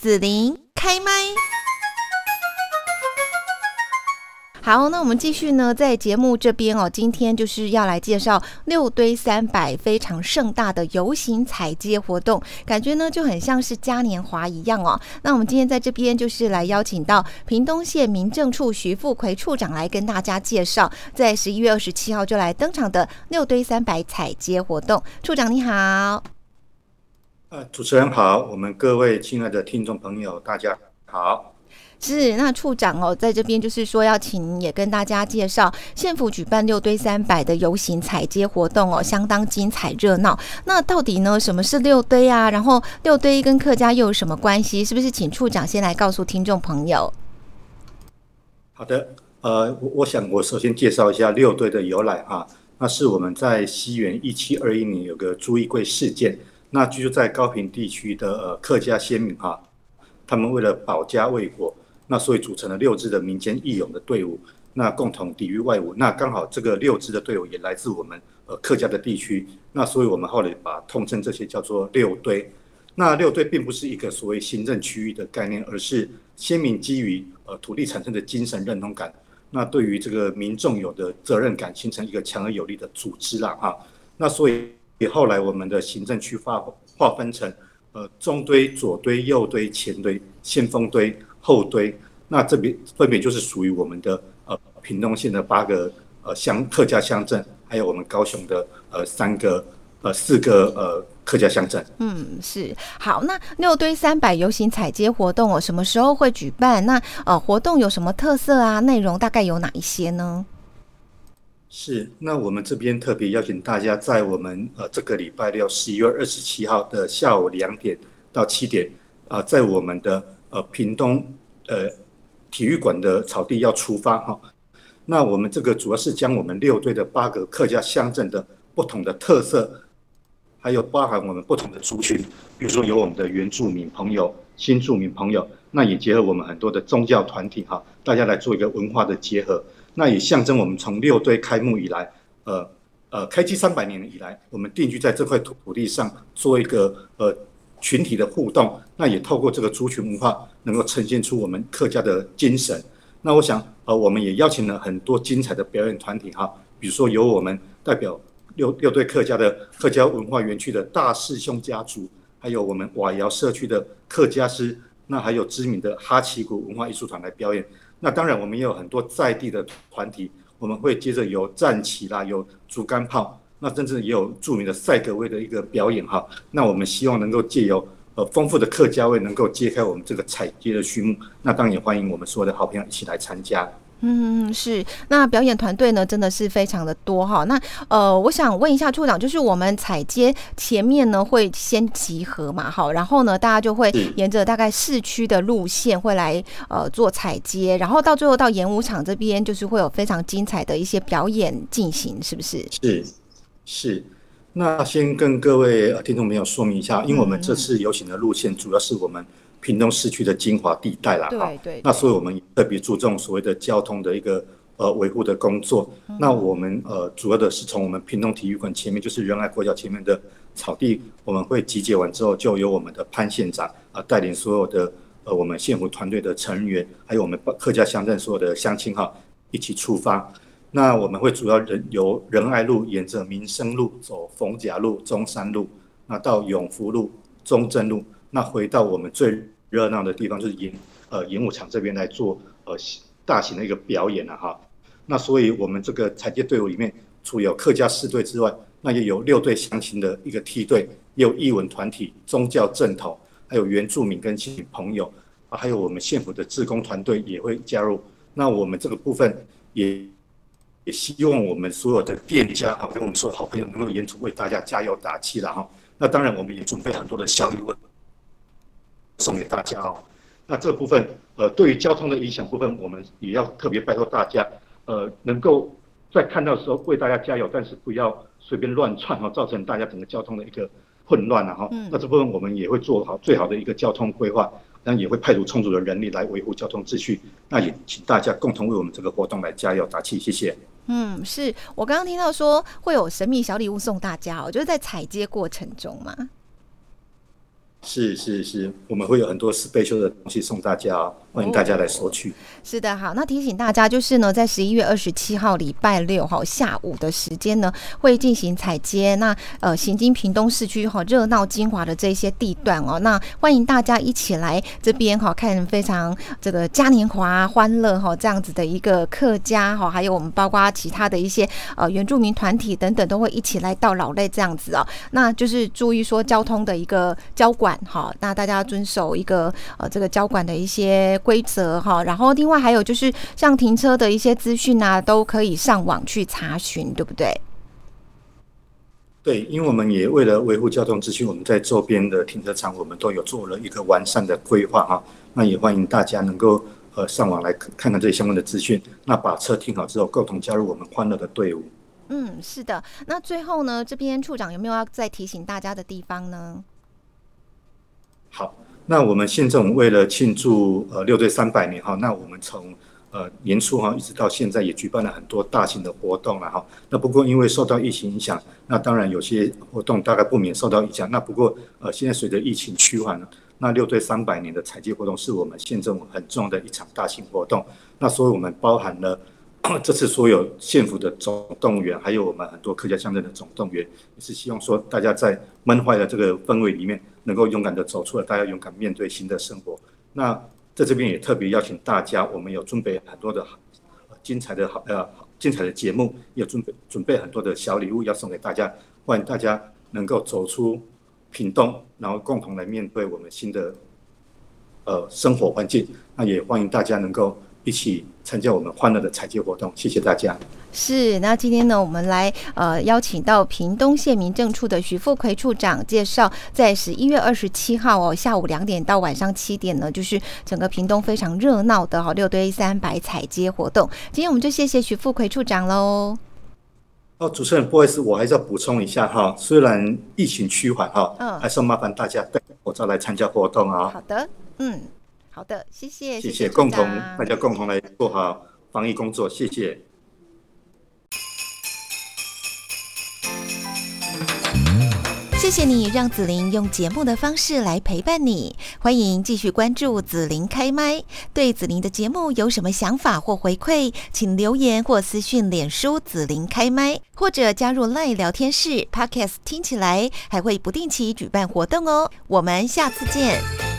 子琳开麦。好，那我们继续呢，在节目这边今天就是要来介绍6堆300非常盛大的游行踩街活动，感觉呢就很像是嘉年华一样那我们今天在这边就是来邀请到屏东县民政处徐富奎处长来跟大家介绍，在11月27号就来登场的6堆300踩街活动。处长你好。 主持人好，我们各位亲爱的听众朋友大家好。 是，那处长在这边就是说要请也跟大家介绍县府举办6堆300的游行踩街活动相当精彩热闹。那到底呢什么是6堆啊？然后6堆跟客家又有什么关系？是不是请处长先来告诉听众朋友？ 好的，我想我首先介绍一下6堆的由来那是我们在西元1721年有个朱一贵事件，那居住在高屏地区的客家先民他们为了保家卫国，那所以组成了6支的民间义勇的队伍，那共同抵御外侮。那刚好这个6支的队伍也来自我们客家的地区，那所以我们后来把统称这些叫做6堆。那6堆并不是一个所谓行政区域的概念，而是先民基于土地产生的精神认同感，那对于这个民众有的责任感，形成一个强而有力的组织那所以后来我们的行政区划分成中堆、左堆、右堆、前堆、先锋堆、后堆，那这边分别就是属于我们的屏东县的8个客家乡镇，还有我们高雄的4个客家乡镇。 是。好，那6堆300游行踩街活动什么时候会举办？那活动有什么特色啊？内容大概有哪一些呢？ 是，那我们这边特别邀请大家在我们这个礼拜六11月27号的下午2点到7点在我们的屏东体育馆的草地要出发那我们这个主要是将我们6堆的8个客家乡镇的不同的特色，还有包含我们不同的族群，比如说有我们的原住民朋友、新住民朋友，那也结合我们很多的宗教团体大家来做一个文化的结合。那也象征我们从6堆开幕以来，开机300年以来，我们定居在这块土地上，做一个群体的互动。那也透过这个族群文化，能够呈现出我们客家的精神。那我想，我们也邀请了很多精彩的表演团体比如说有我们代表六堆客家的客家文化园区的大师兄家族，还有我们瓦窑社区的客家师，那还有知名的哈旗鼓文化艺术团来表演。那当然我们也有很多在地的团体，我们会接着有战旗啦，有竹竿炮，那甚至也有著名的赛格威的一个表演那我们希望能够借由丰富的客家味，能够揭开我们这个踩街的序幕。那当然也欢迎我们所有的好朋友一起来参加。 是。那表演团队呢，真的是非常的多那我想问一下处长，就是我们踩街前面呢会先集合嘛然后呢大家就会沿着大概市区的路线会来做踩街，然后到最后到演武场这边就是会有非常精彩的一些表演进行，是不是？ 是。那先跟各位听众朋友说明一下，因为我们这次游行的路线主要是我们屏东市区的精华地带啦对。 那所以我们特别注重所谓的交通的一个维护的工作。那我们主要的是从我们屏东体育馆前面，就是仁爱国小前面的草地，我们会集结完之后，就由我们的潘县长带领所有的我们县府团队的成员，还有我们客家乡镇所有的乡亲一起出发。那我们会主要由仁爱路沿着民生路走逢甲路、中山路，那到永福路、中正路，那回到我们最热闹的地方，就是演武场这边来做大型的一个表演那所以我们这个踩街队伍里面，除了有客家4队之外，那也有6队乡亲的一个梯队，也有艺文团体、宗教正统，还有原住民跟亲戚朋友还有我们县府的志工团队也会加入。那我们这个部分也希望我们所有的店家跟我们所有好朋友能够沿途为大家加油打气啦那当然我们也准备很多的小礼物送给大家那这个部分对于交通的影响部分，我们也要特别拜托大家能够在看到的时候为大家加油，但是不要随便乱窜造成大家整个交通的一个混乱那这部分我们也会做好最好的一个交通规划，那也会派出充足的人力来维护交通秩序。那也请大家共同为我们这个活动来加油打气，谢谢。 是。我刚刚听到说会有神秘小礼物送大家就是在踩街过程中嘛。 是，我们会有很多 special 的东西送大家哦，欢迎大家来索取。 是的，好，那提醒大家就是呢，在11月27号礼拜六下午的时间呢，会进行踩街。那行经屏东市区热闹精华的这些地段哦，那欢迎大家一起来这边看非常这个嘉年华欢乐这样子的一个客家还有我们包括其他的一些原住民团体等等都会一起来到老类这样子哦。那就是注意说交通的一个交管那大家遵守一个这个交管的一些规则然后另外还有就是像停车的一些资讯啊，都可以上网去查询，对不对？ 对，因为我们也为了维护交通秩序，我们在周边的停车场我们都有做了一个完善的规划那也欢迎大家能够上网来看看这些相关的资讯，那把车停好之后，共同加入我们欢乐的队伍。 是的。那最后呢，这边处长有没有要再提醒大家的地方呢？ 好，那我们县政府为了庆祝6队300年那我们从年初一直到现在也举办了很多大型的活动了那不过因为受到疫情影响，那当然有些活动大概不免受到影响。那不过现在随着疫情趋缓，那6队300年的采集活动是我们县政府很重要的一场大型活动。那所以我们包含了这次所有县府的总动员，还有我们很多客家乡镇的总动员，也是希望说大家在闷坏的这个氛围里面，能够勇敢的走出来，大家勇敢面对新的生活。那在这边也特别邀请大家，我们有准备很多的精彩的节目，也准备很多的小礼物要送给大家，欢迎大家能够走出屏东，然后共同来面对我们新的生活环境。那也欢迎大家能够一起参加我们欢乐的采集活动，谢谢大家。 是，那今天呢，我们来邀请到屏东县民政处的徐富奎处长介绍，在11月27号下午2点到晚上7点呢，就是整个屏东非常热闹的6堆300采街活动。今天我们就谢谢徐富奎处长喽。 主持人，不好意思，我还是要补充一下虽然疫情趋缓还是要麻烦大家戴口罩来参加活动好的，好的，谢谢， 大家共同来做好防疫工作，谢谢。 谢谢你让子琳用节目的方式来陪伴你，欢迎继续关注子琳开麦。对子琳的节目有什么想法或回馈，请留言或私讯脸书子琳开麦，或者加入 LINE 聊天室 Podcast 听起来，还会不定期举办活动哦。我们下次见。